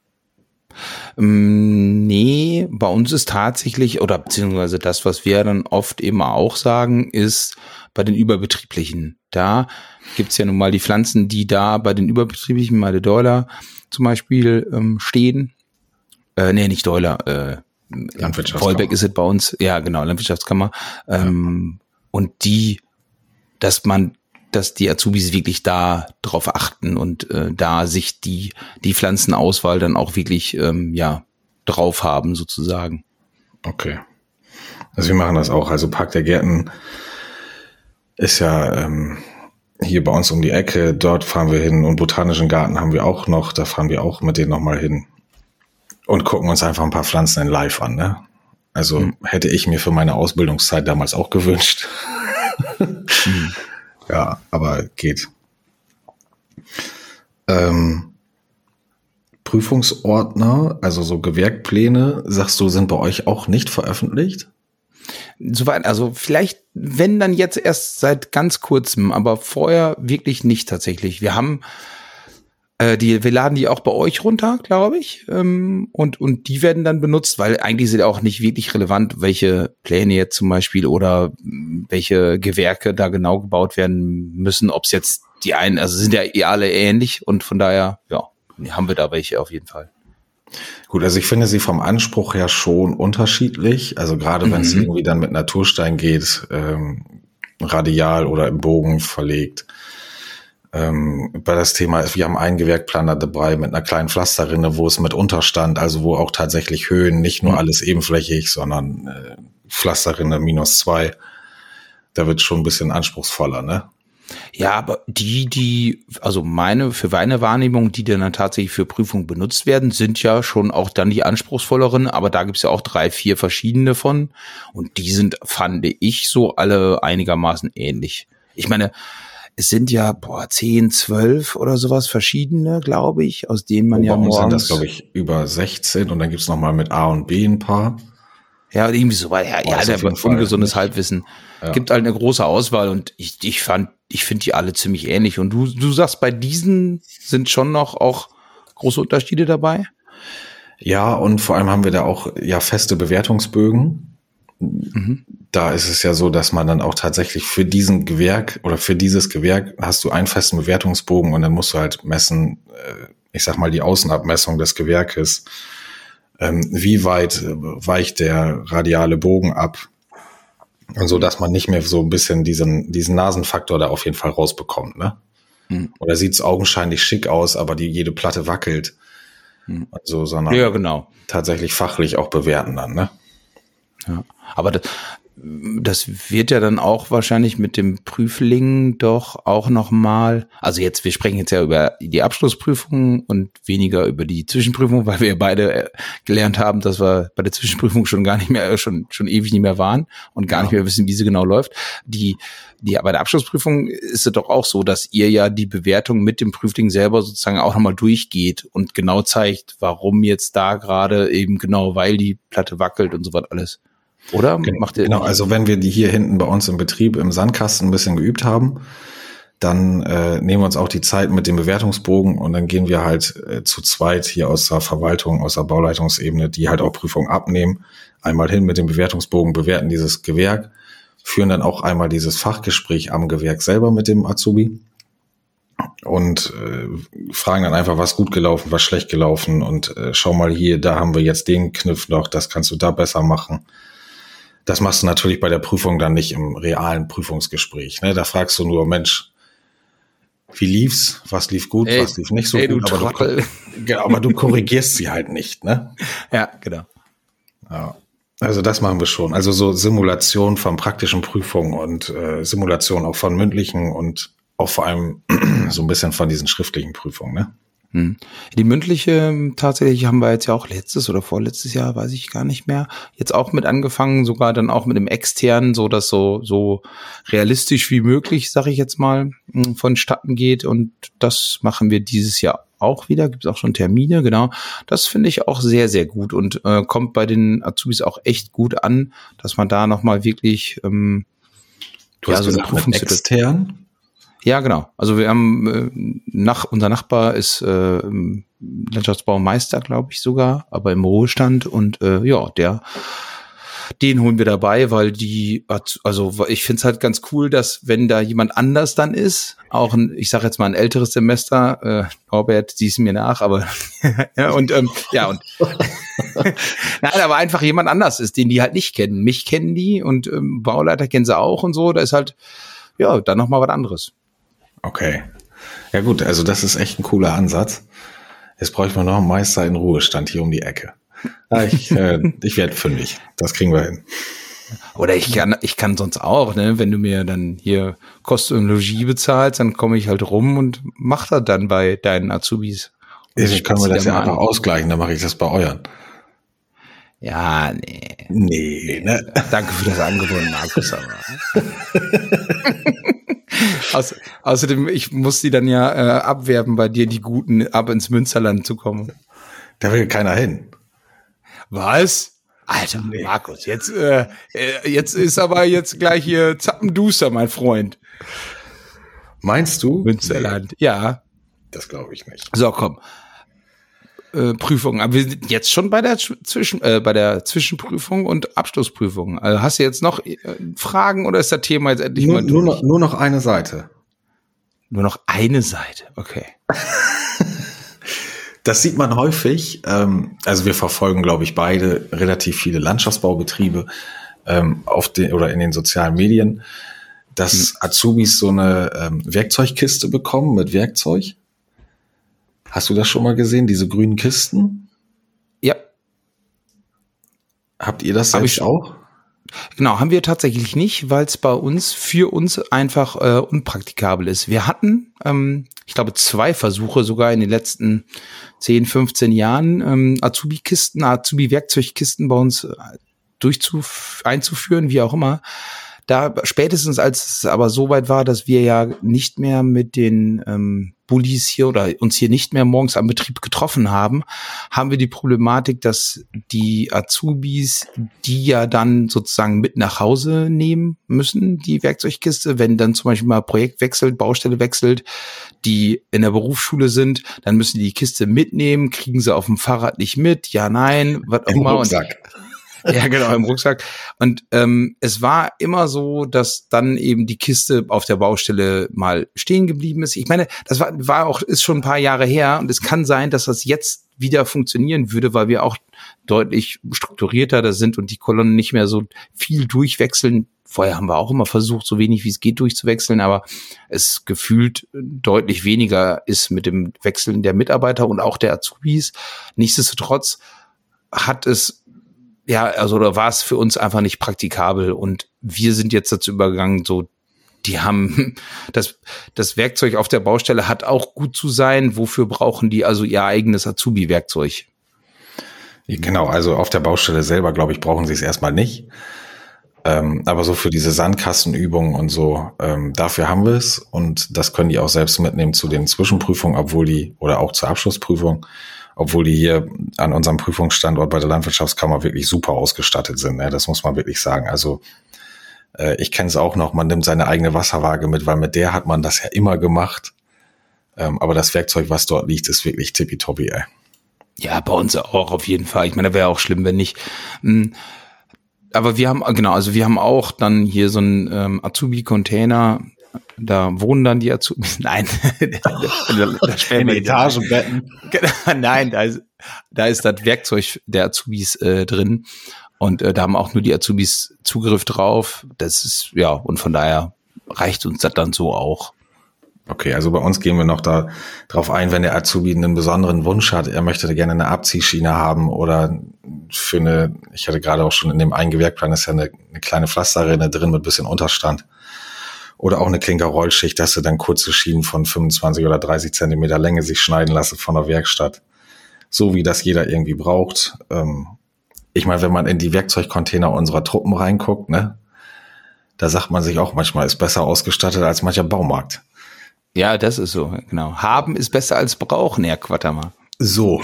Nee, bei uns ist tatsächlich, oder beziehungsweise das, was wir dann oft eben auch sagen, ist bei den überbetrieblichen. Da gibt's ja nun mal die Pflanzen, die da bei den überbetrieblichen, Meide Deuler zum Beispiel ähm, stehen. Äh, nee, nicht Deuler, äh, Landwirtschaftskammer. Vollbeck ist es bei uns, ja genau, Landwirtschaftskammer. Ähm, ja. Und die, dass man dass die Azubis wirklich da drauf achten und äh, da sich die die Pflanzenauswahl dann auch wirklich ähm, ja drauf haben sozusagen. Okay. Also wir machen das auch. Also Park der Gärten ist ja ähm, hier bei uns um die Ecke. Dort fahren wir hin und Botanischen Garten haben wir auch noch. Da fahren wir auch mit denen nochmal hin und gucken uns einfach ein paar Pflanzen in live an. Ne? Also hm. hätte ich mir für meine Ausbildungszeit damals auch gewünscht. hm. Ja, aber geht. Ähm, Prüfungsordner, also so Gewerkpläne, sagst du, sind bei euch auch nicht veröffentlicht? Soweit, also vielleicht, wenn dann jetzt erst seit ganz kurzem, aber vorher wirklich nicht tatsächlich. Wir haben äh, die, wir laden die auch bei euch runter, glaube ich, ähm, und und die werden dann benutzt, weil eigentlich sind ja auch nicht wirklich relevant, welche Pläne jetzt zum Beispiel oder welche Gewerke da genau gebaut werden müssen, ob es jetzt die einen, also sind ja eh alle ähnlich und von daher, ja, haben wir da welche auf jeden Fall. Gut, also ich finde sie vom Anspruch her schon unterschiedlich, also gerade mhm. wenn es irgendwie dann mit Naturstein geht, ähm, radial oder im Bogen verlegt. Ähm, bei das Thema ist, wir haben einen Gewerkplaner dabei mit einer kleinen Pflasterrinne, wo es mit Unterstand, also wo auch tatsächlich Höhen, nicht nur alles ebenflächig, sondern äh, Pflasterrinne minus zwei. Da wird schon ein bisschen anspruchsvoller, ne? Ja, aber die, die, also meine, für meine Wahrnehmung, die dann tatsächlich für Prüfung benutzt werden, sind ja schon auch dann die anspruchsvolleren, aber da gibt's ja auch drei, vier verschiedene von und die sind, fand ich, so alle einigermaßen ähnlich. Ich meine, es sind ja, boah, zehn, zwölf oder sowas verschiedene, glaube ich, aus denen man oh, ja morgens... sind das, glaube ich, über sechzehn und dann gibt's noch mal mit A und B ein paar. Ja, irgendwie so, ja, ja, der ungesundes Halbwissen. Ja. Gibt halt eine große Auswahl und ich, ich fand, ich finde die alle ziemlich ähnlich. Und du, du sagst, bei diesen sind schon noch auch große Unterschiede dabei? Ja, und vor allem haben wir da auch ja feste Bewertungsbögen. Mhm. Da ist es ja so, dass man dann auch tatsächlich für diesen Gewerk oder für dieses Gewerk hast du einen festen Bewertungsbogen und dann musst du halt messen, ich sag mal, die Außenabmessung des Gewerkes. Wie weit weicht der radiale Bogen ab? Und so, dass man nicht mehr so ein bisschen diesen, diesen Nasenfaktor da auf jeden Fall rausbekommt, ne? Mhm. Oder sieht's augenscheinlich schick aus, aber die, jede Platte wackelt. Mhm. Also, sondern ja, genau. tatsächlich fachlich auch bewerten dann, ne? Ja, aber das, das wird ja dann auch wahrscheinlich mit dem Prüfling doch auch nochmal, also jetzt, wir sprechen jetzt ja über die Abschlussprüfung und weniger über die Zwischenprüfung, weil wir ja beide gelernt haben, dass wir bei der Zwischenprüfung schon gar nicht mehr, schon, schon ewig nicht mehr waren und gar ja. nicht mehr wissen, wie sie genau läuft. Die, die, bei der Abschlussprüfung ist es doch auch so, dass ihr ja die Bewertung mit dem Prüfling selber sozusagen auch nochmal durchgeht und genau zeigt, warum jetzt da gerade eben genau, weil die Platte wackelt und so was alles. Oder? Macht ihr genau, also wenn wir die hier hinten bei uns im Betrieb im Sandkasten ein bisschen geübt haben, dann äh, nehmen wir uns auch die Zeit mit dem Bewertungsbogen und dann gehen wir halt äh, zu zweit hier aus der Verwaltung, aus der Bauleitungsebene, die halt auch Prüfungen abnehmen, einmal hin mit dem Bewertungsbogen, bewerten dieses Gewerk, führen dann auch einmal dieses Fachgespräch am Gewerk selber mit dem Azubi und äh, fragen dann einfach, was gut gelaufen, was schlecht gelaufen und äh, schau mal hier, da haben wir jetzt den Kniff noch, das kannst du da besser machen. Das machst du natürlich bei der Prüfung dann nicht im realen Prüfungsgespräch. Ne? Da fragst du nur, Mensch, wie lief's? Was lief gut? Ey, was lief nicht so ey, gut? Du aber, du, aber du korrigierst sie halt nicht, ne? Ja, genau. Ja. Also das machen wir schon. Also so Simulation von praktischen Prüfungen und äh, Simulation auch von mündlichen und auch vor allem so ein bisschen von diesen schriftlichen Prüfungen, ne? Die mündliche tatsächlich haben wir jetzt ja auch letztes oder vorletztes Jahr, weiß ich gar nicht mehr, jetzt auch mit angefangen, sogar dann auch mit dem externen, so dass so so realistisch wie möglich, sage ich jetzt mal, vonstatten geht und das machen wir dieses Jahr auch wieder, gibt es auch schon Termine, genau. Das finde ich auch sehr, sehr gut und äh, kommt bei den Azubis auch echt gut an, dass man da nochmal wirklich ähm, du hast ja, so eine Prüfung extern? Ja, genau. Also wir haben äh, nach unser Nachbar ist äh, Landschaftsbaumeister, glaube ich sogar, aber im Ruhestand und äh, ja, der den holen wir dabei, weil die, also ich finde es halt ganz cool, dass wenn da jemand anders dann ist, auch ein, ich sage jetzt mal ein älteres Semester, äh, Norbert, siehst mir nach, aber ja und ähm, ja und nein, aber einfach jemand anders ist, den die halt nicht kennen. Mich kennen die und ähm, Bauleiter kennen sie auch und so. Da ist halt ja dann noch mal was anderes. Okay. Ja gut, also das ist echt ein cooler Ansatz. Jetzt bräuchten wir noch einen Meister in Ruhestand hier um die Ecke. Ah, ich äh, ich werde fündig. Das kriegen wir hin. Oder ich kann ich kann sonst auch, ne, wenn du mir dann hier Kosten und Logis bezahlst, dann komme ich halt rum und mach das dann bei deinen Azubis. Ich kann mir das ja einfach ausgleichen, dann mache ich das bei euren. Ja, nee. Nee, ne? Danke für das Angebot, Markus. Aber. Auß, außerdem, ich muss die dann ja äh, abwerben, bei dir die Guten ab ins Münsterland zu kommen. Da will keiner hin. Was? Alter, nee. Markus, jetzt, äh, jetzt ist aber jetzt gleich hier zappenduster, mein Freund. Meinst du? Münsterland, nee. Ja. Das glaube ich nicht. So, komm. Äh, Prüfung. Aber wir sind jetzt schon bei der Zwischen, äh, bei der Zwischenprüfung und Abschlussprüfung. Also hast du jetzt noch äh, Fragen oder ist das Thema jetzt endlich nur, mal durch? Nur noch, nur noch eine Seite. Nur noch eine Seite, okay. Das sieht man häufig. Ähm, also wir verfolgen, glaube ich, beide relativ viele Landschaftsbaubetriebe ähm, auf den oder in den sozialen Medien, dass hm. Azubis so eine ähm, Werkzeugkiste bekommen mit Werkzeug. Hast du das schon mal gesehen, diese grünen Kisten? Ja. Habt ihr das selbst auch? Genau, haben wir tatsächlich nicht, weil es bei uns für uns einfach äh, unpraktikabel ist. Wir hatten, ähm, ich glaube, zwei Versuche sogar in den letzten zehn, fünfzehn Jahren, ähm, Azubi-Kisten, Azubi-Werkzeugkisten bei uns äh, durchzuf- einzuführen, wie auch immer. Da spätestens, als es aber so weit war, dass wir ja nicht mehr mit den ähm, Bullis hier oder uns hier nicht mehr morgens am Betrieb getroffen haben, haben wir die Problematik, dass die Azubis die ja dann sozusagen mit nach Hause nehmen müssen, die Werkzeugkiste. Wenn dann zum Beispiel mal Projekt wechselt, Baustelle wechselt, die in der Berufsschule sind, dann müssen die die Kiste mitnehmen, kriegen sie auf dem Fahrrad nicht mit, ja, nein, was auch immer. Ja, genau, im Rucksack. Und ähm, es war immer so, dass dann eben die Kiste auf der Baustelle mal stehen geblieben ist. Ich meine, das war, war auch, ist schon ein paar Jahre her und es kann sein, dass das jetzt wieder funktionieren würde, weil wir auch deutlich strukturierter da sind und die Kolonnen nicht mehr so viel durchwechseln. Vorher haben wir auch immer versucht, so wenig wie es geht durchzuwechseln, aber es gefühlt deutlich weniger ist mit dem Wechseln der Mitarbeiter und auch der Azubis. Nichtsdestotrotz hat es ja, also oder war es für uns einfach nicht praktikabel und wir sind jetzt dazu übergegangen, so, die haben, das, das Werkzeug auf der Baustelle hat auch gut zu sein, wofür brauchen die also ihr eigenes Azubi-Werkzeug? Genau, also auf der Baustelle selber, glaube ich, brauchen sie es erstmal nicht, ähm, aber so für diese Sandkastenübungen und so, ähm, dafür haben wir es und das können die auch selbst mitnehmen zu den Zwischenprüfungen, obwohl die, oder auch zur Abschlussprüfung, obwohl die hier an unserem Prüfungsstandort bei der Landwirtschaftskammer wirklich super ausgestattet sind. Ne? Das muss man wirklich sagen. Also äh, ich kenne es auch noch, man nimmt seine eigene Wasserwaage mit, weil mit der hat man das ja immer gemacht. Ähm, aber das Werkzeug, was dort liegt, ist wirklich tippitoppi, ey. Ja, bei uns auch auf jeden Fall. Ich meine, wäre auch schlimm, wenn nicht. Aber wir haben, genau, also wir haben auch dann hier so einen ähm, Azubi-Container, Da wohnen dann die Azubis. Nein, in Etagenbetten. Nein, da ist, da ist das Werkzeug der Azubis äh, drin und äh, da haben auch nur die Azubis Zugriff drauf. Das ist, ja, und von daher reicht uns das dann so auch. Okay, also bei uns gehen wir noch da drauf ein, wenn der Azubi einen besonderen Wunsch hat, er möchte gerne eine Abziehschiene haben oder für eine, ich hatte gerade auch schon in dem Eingewerkplan ist ja eine, eine kleine Pflasterrinne drin mit bisschen Unterstand oder auch eine Klinkerrollschicht, dass sie dann kurze Schienen von fünfundzwanzig oder dreißig Zentimeter Länge sich schneiden lassen von der Werkstatt, so wie das jeder irgendwie braucht. Ich meine, wenn man in die Werkzeugcontainer unserer Truppen reinguckt, ne, da sagt man sich auch manchmal, ist besser ausgestattet als mancher Baumarkt. Ja, das ist so, genau. Haben ist besser als brauchen, Herr Quattermann. So.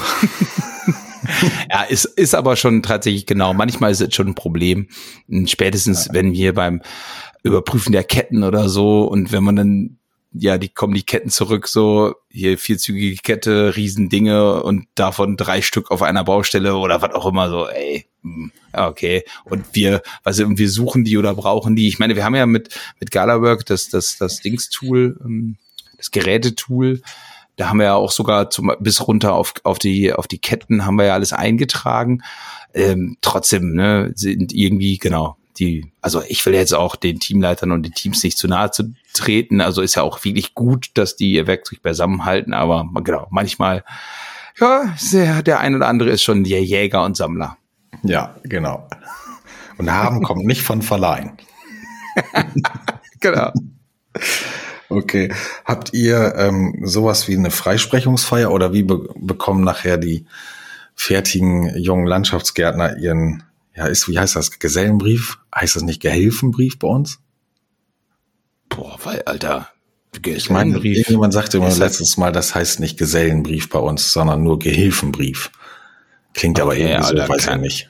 Ja, ist, ist aber schon tatsächlich genau. Manchmal ist es schon ein Problem. Spätestens, ja. wenn wir beim Überprüfen der Ketten oder so und wenn man dann, ja, die kommen die Ketten zurück, so, hier vierzügige Kette, Riesendinge und davon drei Stück auf einer Baustelle oder was auch immer, so, ey, okay. Und wir, was also, wir suchen die oder brauchen die. Ich meine, wir haben ja mit, mit Galawork das, das, das Dings-Tool, das Gerätetool, da haben wir ja auch sogar zum, bis runter auf, auf die, auf die Ketten haben wir ja alles eingetragen. Ähm, trotzdem, ne, sind irgendwie, genau, die, also ich will jetzt auch den Teamleitern und den Teams nicht zu nahe zu treten. Also ist ja auch wirklich gut, dass die ihr Werkzeug beisammen halten, aber genau, manchmal, ja, der, der ein oder andere ist schon der Jäger und Sammler. Ja, genau. Und haben kommt nicht von Verleihen. Genau. Okay. Habt ihr ähm, sowas wie eine Freisprechungsfeier oder wie be- bekommen nachher die fertigen jungen Landschaftsgärtner ihren, ja, ist, wie heißt das, Gesellenbrief? Heißt das nicht Gehilfenbrief bei uns? Boah, weil, Alter, ich meine, irgendjemand sagte immer letztes Mal, das heißt nicht Gesellenbrief bei uns, sondern nur Gehilfenbrief. Klingt okay, aber irgendwie Alter, so, weiß ich nicht.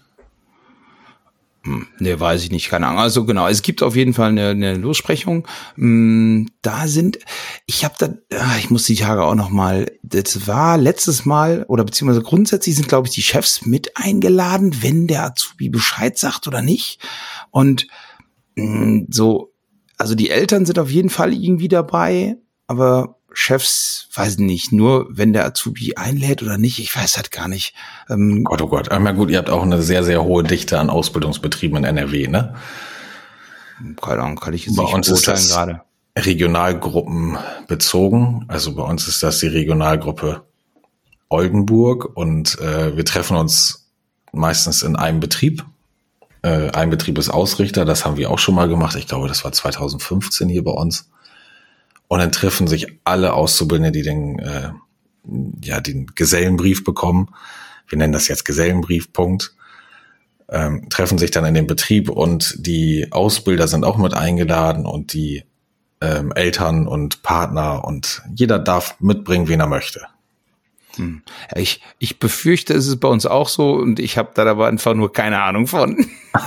Hm, ne, weiß ich nicht, keine Ahnung. Also genau, es gibt auf jeden Fall eine, eine Lossprechung. Hm, da sind, ich habe da, ich muss die Tage auch noch mal, das war letztes Mal, oder beziehungsweise grundsätzlich sind, glaube ich, die Chefs mit eingeladen, wenn der Azubi Bescheid sagt oder nicht. Und mh, so, also die Eltern sind auf jeden Fall irgendwie dabei, aber Chefs, weiß nicht, nur wenn der Azubi einlädt oder nicht, ich weiß halt gar nicht. Ähm, Gott, oh Gott, aber gut, ihr habt auch eine sehr, sehr hohe Dichte an Ausbildungsbetrieben in N R W, ne? Keine Ahnung, kann ich jetzt bei nicht uns beurteilen ist das gerade. Regionalgruppen bezogen, also bei uns ist das die Regionalgruppe Oldenburg und äh, wir treffen uns meistens in einem Betrieb. Äh, ein Betrieb ist Ausrichter, das haben wir auch schon mal gemacht, ich glaube, das war zwanzig fünfzehn hier bei uns. Und dann treffen sich alle Auszubildende, die den, äh, ja, den Gesellenbrief bekommen. Wir nennen das jetzt Gesellenbrief, Punkt. Ähm, treffen sich dann in dem Betrieb und die Ausbilder sind auch mit eingeladen und die ähm, Eltern und Partner und jeder darf mitbringen, wen er möchte. Hm. Ja, ich, ich befürchte, es ist bei uns auch so und ich habe da aber einfach nur keine Ahnung von.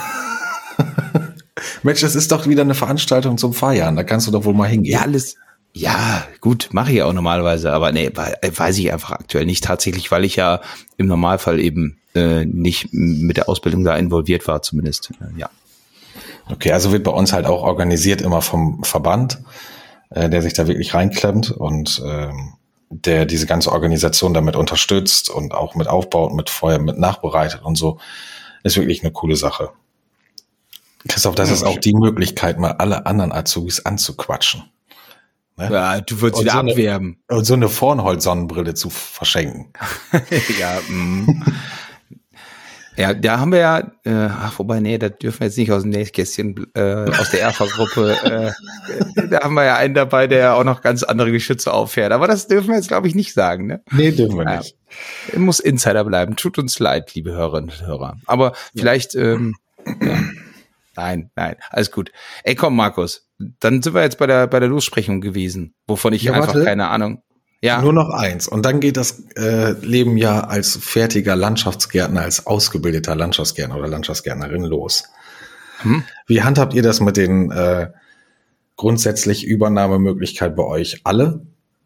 Mensch, das ist doch wieder eine Veranstaltung zum Feiern. Da kannst du doch wohl mal hingehen. Ja, alles. Ja, gut, mache ich ja auch normalerweise, aber nee, weiß ich einfach aktuell nicht tatsächlich, weil ich ja im Normalfall eben äh, nicht mit der Ausbildung da involviert war, zumindest. Äh, ja. Okay, also wird bei uns halt auch organisiert immer vom Verband, äh, der sich da wirklich reinklemmt und äh, der diese ganze Organisation damit unterstützt und auch mit aufbaut, mit vorher mit nachbereitet und so. Ist wirklich eine coole Sache. Christoph, das ist auch die Möglichkeit, mal alle anderen Azubis anzuquatschen. Ne? Ja, du würdest wieder so abwerben. Eine, und so eine Vornholz-Sonnenbrille zu verschenken. Ja, mh. Ja, da haben wir ja, äh, ach, wobei, nee, da dürfen wir jetzt nicht aus dem Nächstkästchen, äh, aus der Erfa-Gruppe, äh, da haben wir ja einen dabei, der auch noch ganz andere Geschütze auffährt. Aber das dürfen wir jetzt, glaube ich, nicht sagen, ne? Nee, dürfen wir nicht. Ja, muss Insider bleiben. Tut uns leid, liebe Hörerinnen und Hörer. Aber vielleicht, ähm, ja. Nein, nein, alles gut. Ey, komm, Markus, dann sind wir jetzt bei der bei der Lossprechung gewesen, wovon ich ja, einfach warte. keine Ahnung. Ja. Nur noch eins. Und dann geht das äh, Leben ja als fertiger Landschaftsgärtner, als ausgebildeter Landschaftsgärtner oder Landschaftsgärtnerin los. Hm? Wie handhabt ihr das mit den äh, grundsätzlich Übernahmemöglichkeit bei euch alle?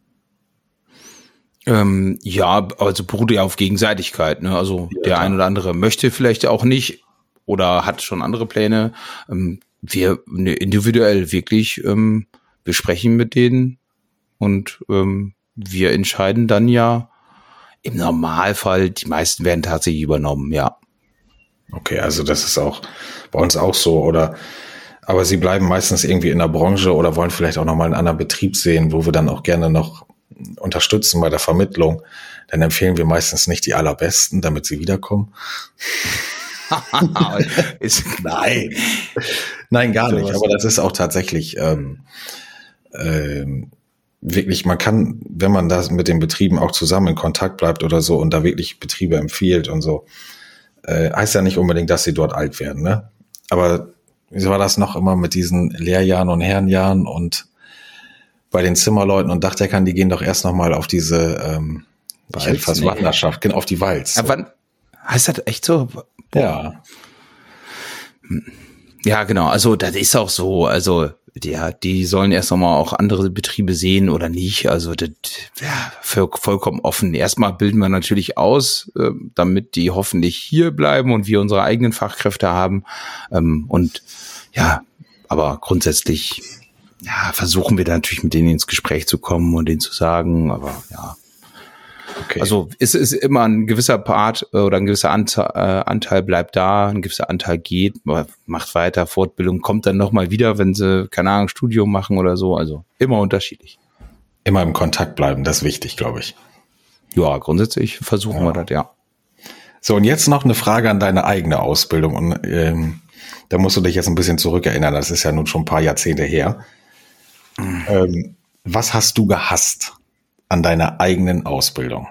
Ähm, ja, also beruht ja auf Gegenseitigkeit. Ne? Also ja, der klar. ein oder andere möchte vielleicht auch nicht oder hat schon andere Pläne. Ähm, wir ne, individuell wirklich, ähm, wir sprechen mit denen und ähm, wir entscheiden dann ja im Normalfall, die meisten werden tatsächlich übernommen, ja. Okay, also das ist auch bei uns auch so, oder? Aber sie bleiben meistens irgendwie in der Branche oder wollen vielleicht auch nochmal einen anderen Betrieb sehen, wo wir dann auch gerne noch unterstützen bei der Vermittlung. Dann empfehlen wir meistens nicht die allerbesten, damit sie wiederkommen. ist, Nein, nein, gar nicht. Aber das ist auch tatsächlich ähm, ähm, wirklich, man kann, wenn man da mit den Betrieben auch zusammen in Kontakt bleibt oder so und da wirklich Betriebe empfiehlt und so, äh, heißt ja nicht unbedingt, dass sie dort alt werden, ne? Aber wie war das noch immer mit diesen Lehrjahren und Herrenjahren und bei den Zimmerleuten und Dachdeckern, die gehen doch erst nochmal auf diese ähm, ich hätte fast Wanderschaft, genau, auf die Walz. So. Ja, wann, heißt das echt so? Boah. Ja. Ja, genau. Also das ist auch so. Also ja, die sollen erst nochmal auch andere Betriebe sehen oder nicht. Also das ja, für, vollkommen offen. Erstmal bilden wir natürlich aus, äh, damit die hoffentlich hier bleiben und wir unsere eigenen Fachkräfte haben. Ähm, und ja, aber grundsätzlich ja, versuchen wir da natürlich mit denen ins Gespräch zu kommen und denen zu sagen, aber ja. Okay. Also es ist immer ein gewisser Part oder ein gewisser Anteil, äh, Anteil bleibt da, ein gewisser Anteil geht, macht weiter, Fortbildung kommt dann nochmal wieder, wenn sie, keine Ahnung, Studium machen oder so, also immer unterschiedlich. Immer im Kontakt bleiben, das ist wichtig, glaube ich. Ja, grundsätzlich versuchen ja. wir das, ja. So, und jetzt noch eine Frage an deine eigene Ausbildung und ähm, da musst du dich jetzt ein bisschen zurückerinnern, das ist ja nun schon ein paar Jahrzehnte her. Mhm. Ähm, was hast du gehasst an deiner eigenen Ausbildung?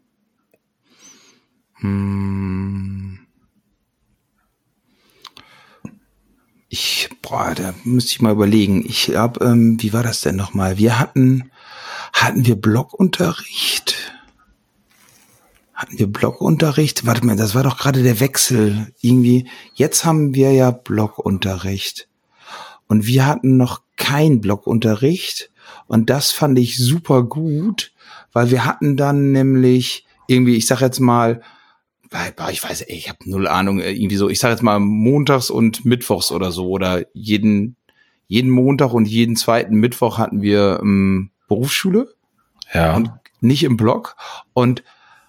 Hm. Ich, boah, da müsste ich mal überlegen. Ich glaube, ähm, wie war das denn nochmal? Wir hatten, hatten wir Blockunterricht? Hatten wir Blockunterricht? Warte mal, das war doch gerade der Wechsel. Irgendwie, jetzt haben wir ja Blockunterricht. Und wir hatten noch kein Blockunterricht. Und das fand ich super gut, weil wir hatten dann nämlich irgendwie, ich sag jetzt mal, ich weiß, ich habe null Ahnung, irgendwie so, ich sag jetzt mal montags und mittwochs oder so, oder jeden jeden Montag und jeden zweiten Mittwoch hatten wir ähm, Berufsschule. Ja. Und nicht im Block. Und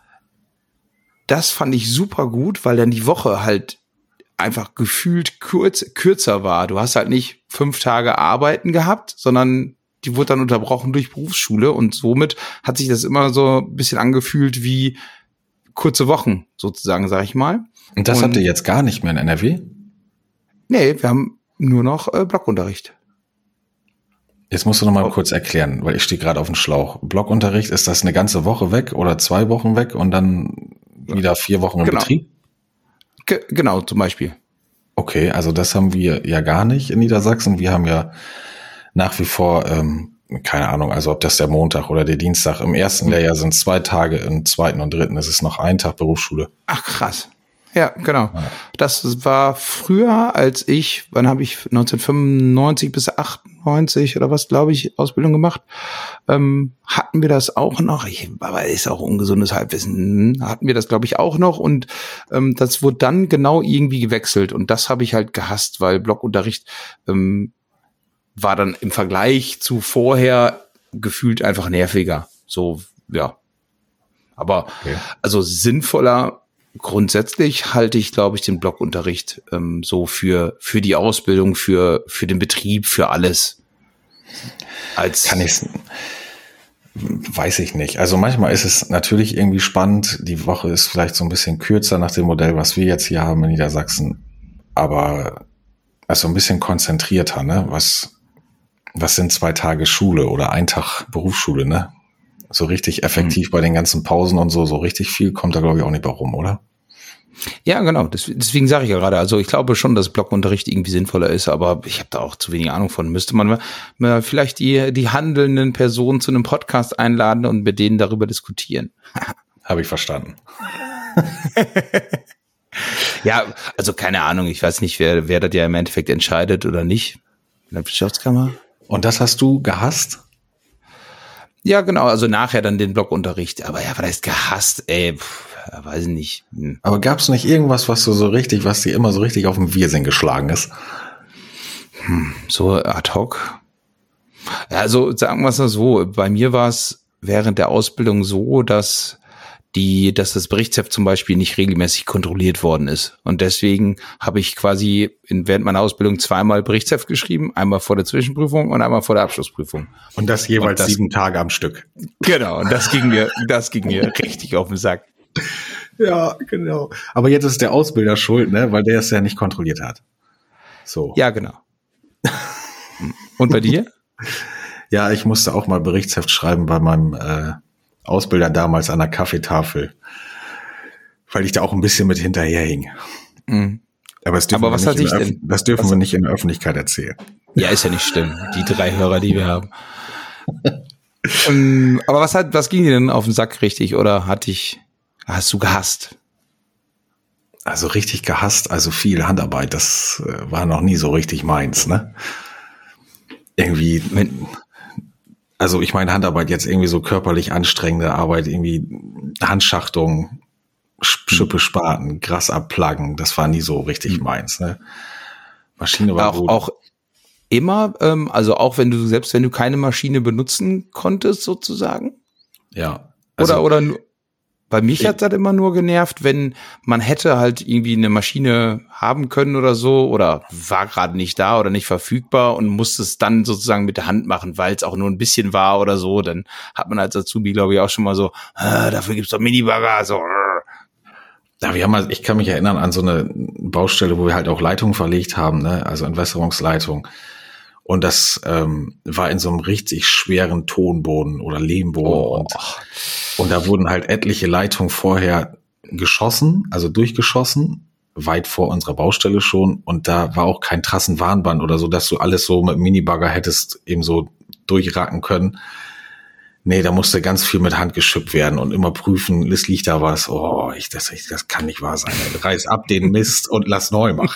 das fand ich super gut, weil dann die Woche halt einfach gefühlt kurz, kürzer war. Du hast halt nicht fünf Tage Arbeiten gehabt, sondern die wurde dann unterbrochen durch Berufsschule und somit hat sich das immer so ein bisschen angefühlt wie kurze Wochen sozusagen, sag ich mal. Und das und, habt ihr jetzt gar nicht mehr in N R W? Nee, wir haben nur noch äh, Blockunterricht. Jetzt musst du noch mal kurz erklären, weil ich stehe gerade auf dem Schlauch. Blockunterricht, ist das eine ganze Woche weg oder zwei Wochen weg und dann wieder vier Wochen im genau. Betrieb? Ge- genau, zum Beispiel. Okay, also das haben wir ja gar nicht in Niedersachsen. Wir haben ja nach wie vor, ähm, keine Ahnung, also ob das der Montag oder der Dienstag. Im ersten mhm. Lehrjahr sind es zwei Tage, im zweiten und dritten ist es noch ein Tag Berufsschule. Ach, krass. Ja, genau. Ja. Das war früher, als ich, wann habe ich neunzehnhundertfünfundneunzig bis achtundneunzig oder was, glaube ich, Ausbildung gemacht, ähm, hatten wir das auch noch, ich, aber ist auch ungesundes Halbwissen, hatten wir das, glaube ich, auch noch und ähm, das wurde dann genau irgendwie gewechselt und das habe ich halt gehasst, weil Blockunterricht ähm, war dann im Vergleich zu vorher gefühlt einfach nerviger. So, ja. Aber okay. Also sinnvoller, grundsätzlich halte ich, glaube ich, den Blockunterricht ähm, so für für die Ausbildung, für für den Betrieb, für alles. Als kann ich weiß ich nicht. Also manchmal ist es natürlich irgendwie spannend. Die Woche ist vielleicht so ein bisschen kürzer nach dem Modell, was wir jetzt hier haben in Niedersachsen, aber also ein bisschen konzentrierter, ne? Was was sind zwei Tage Schule oder ein Tag Berufsschule, ne? So richtig effektiv mhm. bei den ganzen Pausen und so, so richtig viel kommt da, glaube ich, auch nicht bei rum, oder? Ja, genau. Das, deswegen sage ich ja gerade, also ich glaube schon, dass Blockunterricht irgendwie sinnvoller ist, aber ich habe da auch zu wenig Ahnung von. Müsste man mal, mal vielleicht die, die handelnden Personen zu einem Podcast einladen und mit denen darüber diskutieren. Habe ich verstanden. Ja, also keine Ahnung. Ich weiß nicht, wer, wer das ja im Endeffekt entscheidet oder nicht. Landwirtschaftskammer. Und das hast du gehasst? Ja, genau, also nachher dann den Blockunterricht. Aber ja, was heißt gehasst, ey, pff, weiß ich nicht. Hm. Aber gab's nicht irgendwas, was du so richtig, was dir immer so richtig auf den Wirsinn geschlagen ist? Hm, so ad hoc? Also sagen wir es mal so, bei mir war es während der Ausbildung so, dass die, dass das Berichtsheft zum Beispiel nicht regelmäßig kontrolliert worden ist. Und deswegen habe ich quasi in, während meiner Ausbildung zweimal Berichtsheft geschrieben, einmal vor der Zwischenprüfung und einmal vor der Abschlussprüfung. Und das jeweils und das, sieben Tage am Stück. Genau, und das ging mir, das ging mir richtig auf den Sack. Ja, genau. Aber jetzt ist der Ausbilder schuld, ne, weil der es ja nicht kontrolliert hat. So. Ja, genau. Und bei dir? Ja, ich musste auch mal Berichtsheft schreiben bei meinem äh, Ausbilder damals an der Kaffeetafel, weil ich da auch ein bisschen mit hinterherhing. Mhm. Aber, das dürfen, Aber was wir, hat nicht sich in denn, das dürfen was, wir nicht in der Öffentlichkeit erzählen. Ja, ist ja nicht schlimm. Die drei Hörer, die wir haben. um, aber was hat, was ging dir denn auf den Sack richtig oder hat dich, hast du gehasst? Also richtig gehasst, also viel Handarbeit, das äh, war noch nie so richtig meins, ne? Irgendwie, wenn, also ich meine Handarbeit jetzt irgendwie so körperlich anstrengende Arbeit, irgendwie Handschachtung, Schippe Spaten, Gras abplaggen, das war nie so richtig meins, ne? Maschine war auch, gut. Auch immer, ähm, also auch wenn du, selbst wenn du keine Maschine benutzen konntest sozusagen? Ja. Also, oder, oder nur, bei mich hat das immer nur genervt, wenn man hätte halt irgendwie eine Maschine haben können oder so oder war gerade nicht da oder nicht verfügbar und musste es dann sozusagen mit der Hand machen, weil es auch nur ein bisschen war oder so. Dann hat man als Azubi, glaube ich, auch schon mal so, ah, dafür gibt's doch Minibagger, so. Ja, wir haben halt, ich kann mich erinnern an so eine Baustelle, wo wir halt auch Leitungen verlegt haben, ne, also Entwässerungsleitung. Und das ähm, war in so einem richtig schweren Tonboden oder Lehmboden. Oh. Und, und da wurden halt etliche Leitungen vorher geschossen, also durchgeschossen, weit vor unserer Baustelle schon. Und da war auch kein Trassenwarnband oder so, dass du alles so mit Minibagger hättest eben so durchracken können. Nee, da musste ganz viel mit Hand geschippt werden und immer prüfen, es liegt da was. Oh, ich, das, ich, das kann nicht wahr sein. Reiß ab den Mist und lass neu machen.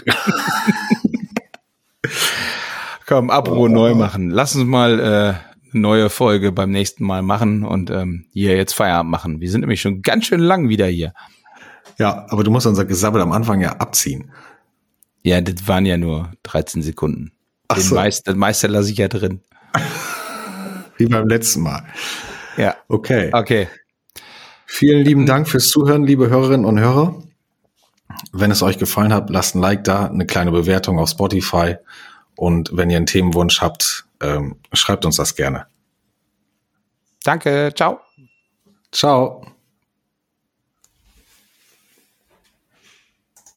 Komm, apropos oh. neu machen. Lass uns mal äh, eine neue Folge beim nächsten Mal machen und ähm, hier jetzt Feierabend machen. Wir sind nämlich schon ganz schön lang wieder hier. Ja, aber du musst unser Gesabbel am Anfang ja abziehen. Ja, das waren ja nur dreizehn Sekunden. Ach Den so. Meister, den Meister lasse ich ja drin. Wie beim letzten Mal. Ja. Okay. Okay. Vielen lieben Dank fürs Zuhören, liebe Hörerinnen und Hörer. Wenn es euch gefallen hat, lasst ein Like da, eine kleine Bewertung auf Spotify. Und wenn ihr einen Themenwunsch habt, ähm, schreibt uns das gerne. Danke, ciao. Ciao.